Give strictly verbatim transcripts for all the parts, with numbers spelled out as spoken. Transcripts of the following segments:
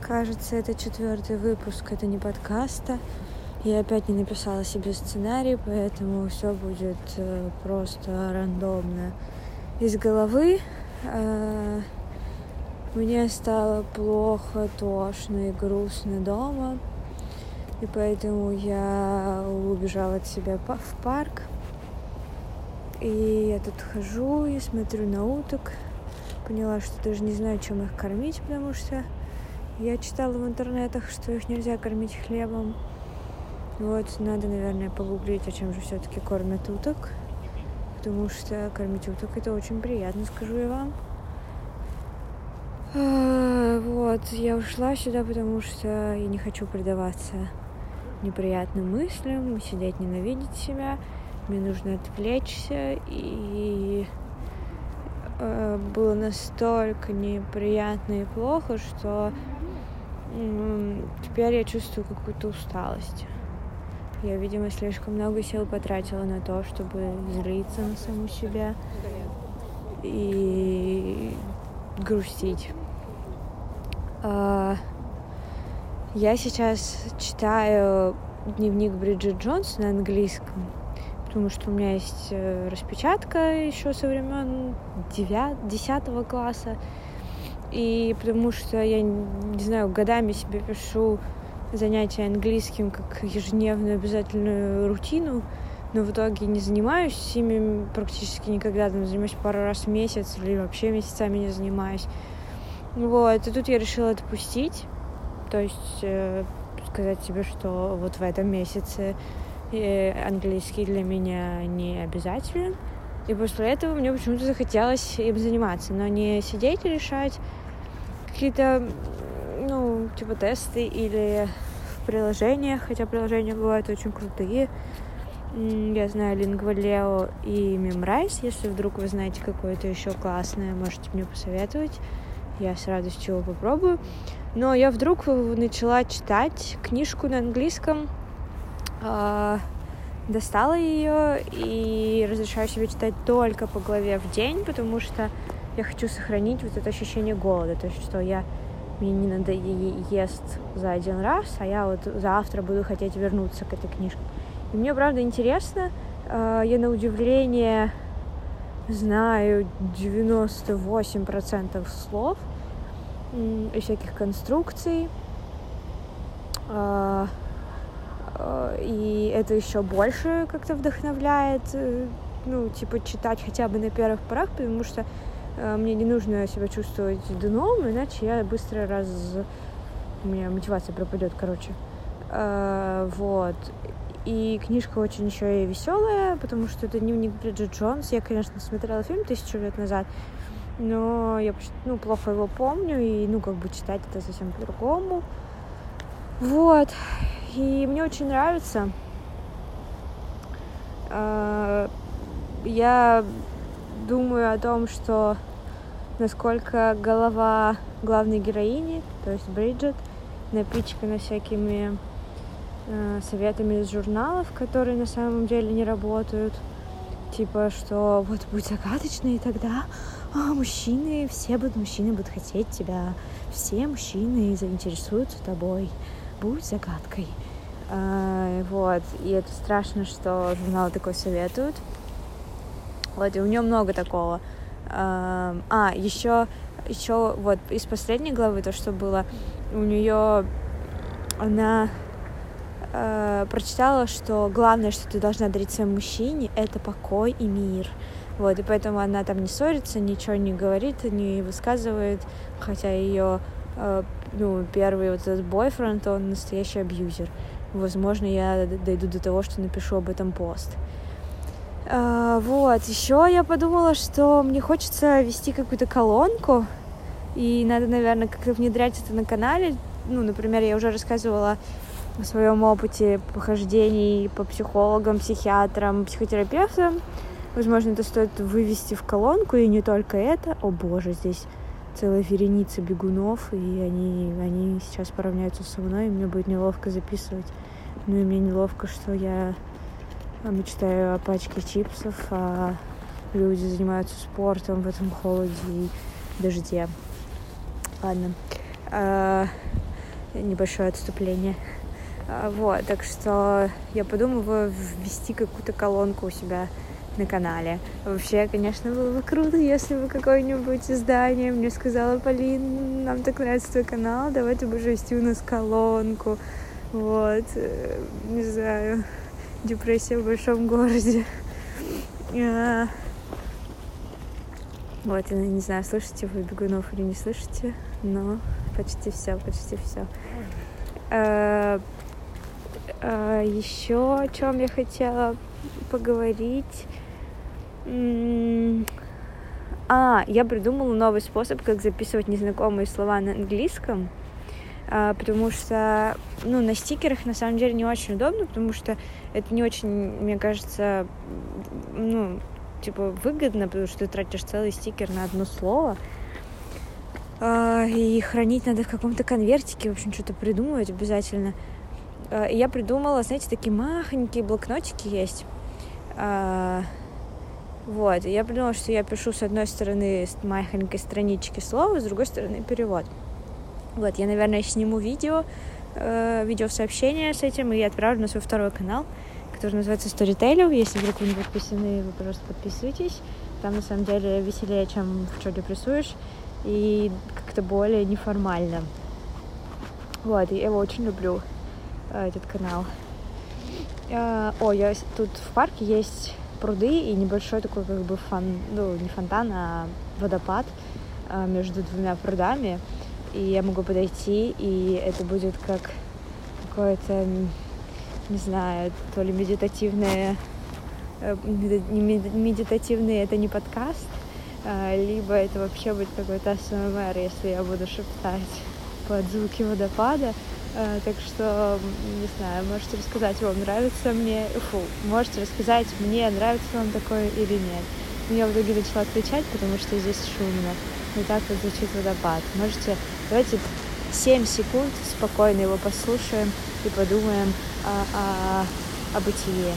Кажется, это четвертый выпуск, это не подкаста. Я опять не написала себе сценарий, поэтому все будет э, просто рандомно из головы. Э, мне стало плохо, тошно и грустно дома, и поэтому я убежала от себя в парк. И я тут хожу и смотрю на уток. Поняла, что даже не знаю, чем их кормить, потому что я читала в интернетах, что их нельзя кормить хлебом. Вот, надо, наверное, погуглить, а чем же все-таки кормят уток. Потому что кормить уток — это очень приятно, скажу я вам. А, вот, я ушла сюда, потому что я не хочу предаваться неприятным мыслям, сидеть, ненавидеть себя. Мне нужно отвлечься, и э, было настолько неприятно и плохо, что э, теперь я чувствую какую-то усталость. Я, видимо, слишком много сил потратила на то, чтобы злиться на саму себя и грустить. Э, я сейчас читаю дневник Бриджит Джонс на английском, потому что у меня есть распечатка еще со времен десятого класса, и потому что я, не знаю, годами себе пишу занятия английским как ежедневную обязательную рутину, но в итоге не занимаюсь ими практически никогда, там занимаюсь пару раз в месяц или вообще месяцами не занимаюсь. Вот, и тут я решила отпустить, то есть э, сказать себе, что вот в этом месяце и английский для меня не обязателен. И после этого мне почему-то захотелось им заниматься, но не сидеть и решать какие-то, ну, типа тесты или в приложениях, хотя приложения бывают очень крутые. Я знаю Lingua.leo и Memrise. Если вдруг вы знаете какое-то еще классное, можете мне посоветовать. Я с радостью его попробую. Но я вдруг начала читать книжку на английском, достала ее и разрешаю себе читать только по главе в день, потому что я хочу сохранить вот это ощущение голода, то есть что я мне не надо есть за один раз, а я вот завтра буду хотеть вернуться к этой книжке. И мне правда интересно, я на удивление знаю девяносто восемь процентов слов и всяких конструкций. И это еще больше как-то вдохновляет, ну, типа, читать хотя бы на первых порах, потому что э, мне не нужно себя чувствовать дном, иначе я быстро раз... У меня мотивация пропадет, короче. Э, вот. И книжка очень еще и веселая, потому что это дневник Бриджит Джонс. Я, конечно, смотрела фильм тысячу лет назад, но я, ну, плохо его помню, и, ну, как бы читать это совсем по-другому. Вот. И мне очень нравится. Я думаю о том, что насколько голова главной героини, то есть Бриджит, напичкана всякими советами из журналов, которые на самом деле не работают. Типа, что вот будь загадочной, и тогда а, мужчины, все будут, мужчины будут хотеть тебя, все мужчины заинтересуются тобой. Будь загадкой. А, вот. И это страшно, что журналы такое советуют. Вот, и у нее много такого. А, а еще, еще вот из последней главы то, что было, у нее она а, прочитала, что главное, что ты должна дарить своему мужчине, это покой и мир. Вот, и поэтому она там не ссорится, ничего не говорит, не высказывает, хотя ее ну, первый вот этот бойфренд, он настоящий абьюзер. Возможно, я дойду до того, что напишу об этом пост. А, вот, еще я подумала, что мне хочется вести какую-то колонку, и надо, наверное, как-то внедрять это на канале. Ну, например, я уже рассказывала о своем опыте похождений по психологам, психиатрам, психотерапевтам. Возможно, это стоит вывести в колонку, и не только это. О боже, здесь целая вереница бегунов, и они, они сейчас поравняются со мной, и мне будет неловко записывать. Ну и мне неловко, что я мечтаю о пачке чипсов, а люди занимаются спортом в этом холоде и дожде. Ладно. небольшое отступление. Вот, так что я подумываю ввести какую-то колонку у себя на канале. Вообще, конечно, было бы круто, если бы какое-нибудь издание мне сказало: Полин, нам так нравится твой канал, давай ты будешь вести у нас колонку. Вот, не знаю, депрессия в большом городе. Вот, я не знаю, слышите вы бегунов или не слышите, но почти все, почти все. Еще о чем я хотела поговорить. А, я придумала новый способ, как записывать незнакомые слова на английском, потому что, ну, на стикерах на самом деле не очень удобно, потому что это не очень, мне кажется, ну, типа выгодно, потому что ты тратишь целый стикер на одно слово, и хранить надо в каком-то конвертике, в общем, что-то придумывать обязательно. И я придумала, знаете, такие махонькие блокнотики есть. Вот, и я придумала, что я пишу с одной стороны с махонькой странички слово, с другой стороны перевод. Вот, я, наверное, сниму видео, видеосообщение с этим и отправлю на свой второй канал, который называется Storytale. Если вдруг вы не подписаны, вы, пожалуйста, подписывайтесь. Там, на самом деле, веселее, чем в «Что рисуешь», и как-то более неформально. Вот, и я его очень люблю, этот канал. О, я тут в парке есть пруды и небольшой такой как бы фон, ну, не фонтан, а водопад между двумя прудами. И я могу подойти, и это будет как какое-то, не знаю, то ли медитативное, не медитативный, это не подкаст, либо это вообще будет какой-то эй эс эм ар, если я буду шептать под звуки водопада. Так что, не знаю, можете рассказать, вам нравится мне, фу, можете рассказать мне, нравится вам такое или нет. Я в итоге начала кричать, потому что здесь шумно. И так вот звучит водопад. Можете, давайте семь секунд спокойно его послушаем и подумаем о, о, о бытие.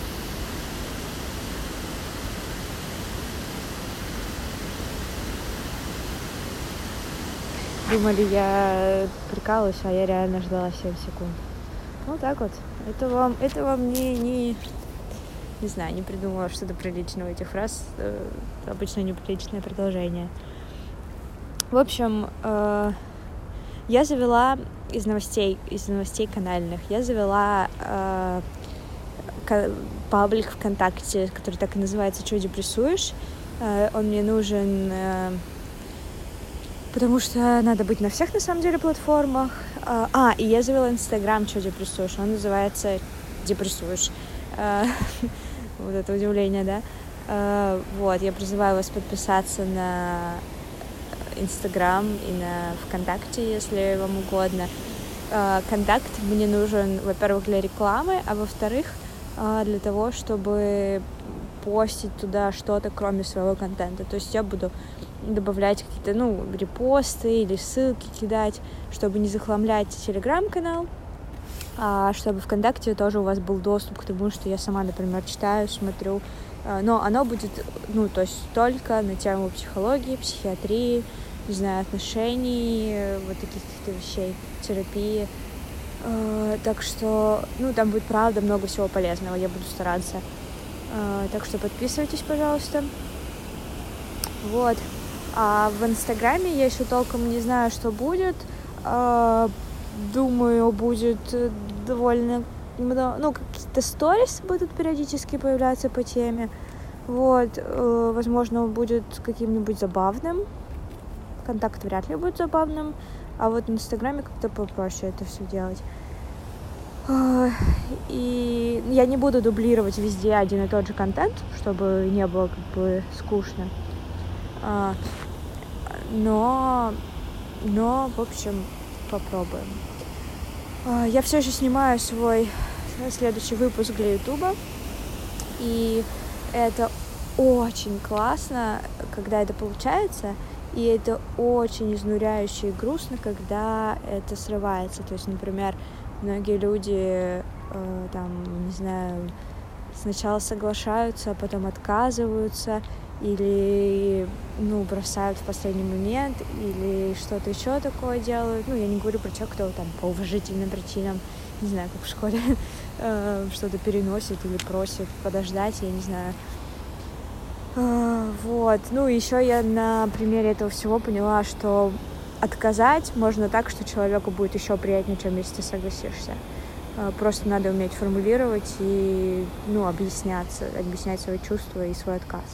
Думали, я прикалываюсь, а я реально ждала семь секунд. Ну так вот. Это вам, это вам не, не, не знаю, не придумала что-то приличное в этих фраз. Э, обычно неприличное продолжение. В общем, э, я завела из новостей, из новостей канальных, я завела э, паблик ВКонтакте, который так и называется «Что депрессуешь?». Э, он мне нужен... Э, Потому что надо быть на всех, на самом деле, платформах. А, и я завела Инстаграм «Что депрессуешь?». Он называется «Депрессуешь». Вот это удивление, да? Вот, я призываю вас подписаться на Инстаграм и на ВКонтакте, если вам угодно. Контакт мне нужен, во-первых, для рекламы, а во-вторых, для того, чтобы постить туда что-то, кроме своего контента. То есть я буду добавлять какие-то, ну, репосты или ссылки кидать, чтобы не захламлять телеграм-канал, а чтобы ВКонтакте тоже у вас был доступ к тому, что я сама, например, читаю, смотрю. Но оно будет, ну, то есть только на тему психологии, психиатрии, не знаю, отношений, вот таких каких-то вещей, терапии. Так что, ну, там будет, правда, много всего полезного, я буду стараться. Так что подписывайтесь, пожалуйста. Вот. А в Инстаграме я еще толком не знаю, что будет. Думаю, будет довольно много... Ну, какие-то сторис будут периодически появляться по теме. Вот. Возможно, будет каким-нибудь забавным. Контакт вряд ли будет забавным. А вот в Инстаграме как-то попроще это все делать. И я не буду дублировать везде один и тот же контент, чтобы не было как бы скучно. Но, но, в общем, попробуем. Я все еще снимаю свой следующий выпуск для Ютуба. И это очень классно, когда это получается. И это очень изнуряюще и грустно, когда это срывается. То есть, например, многие люди, там, не знаю, сначала соглашаются, а потом отказываются. или, ну, бросают в последний момент, или что-то еще такое делают. Ну, я не говорю про тех, кто там по уважительным причинам, не знаю, как в школе, что-то переносит или просит подождать, я не знаю. Вот. Ну, еще я на примере этого всего поняла, что отказать можно так, что человеку будет еще приятнее, чем если ты согласишься. Просто надо уметь формулировать и, ну, объясняться, объяснять свои чувства и свой отказ.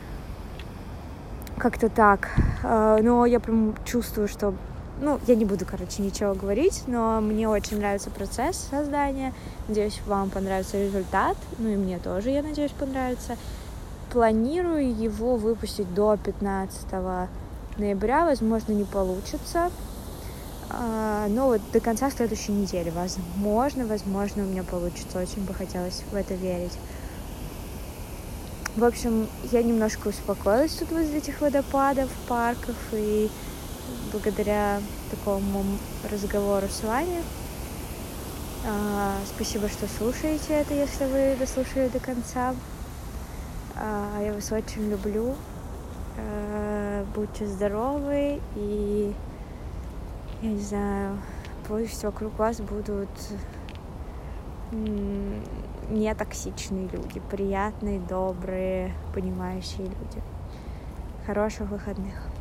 Как-то так. Но я прям чувствую, что... Ну, я не буду, короче, ничего говорить, но мне очень нравится процесс создания. Надеюсь, вам понравится результат. Ну, и мне тоже, я надеюсь, понравится. Планирую его выпустить до пятнадцатого ноября. Возможно, не получится. Но вот до конца следующей недели. Возможно, возможно, у меня получится. Очень бы хотелось в это верить. В общем, я немножко успокоилась тут возле этих водопадов, парков, и благодаря такому разговору с вами. А, спасибо, что слушаете это, если вы дослушали до конца. А, я вас очень люблю. А, будьте здоровы, и, я не знаю, пусть вокруг вас будут не токсичные люди, приятные, добрые, понимающие люди. Хороших выходных.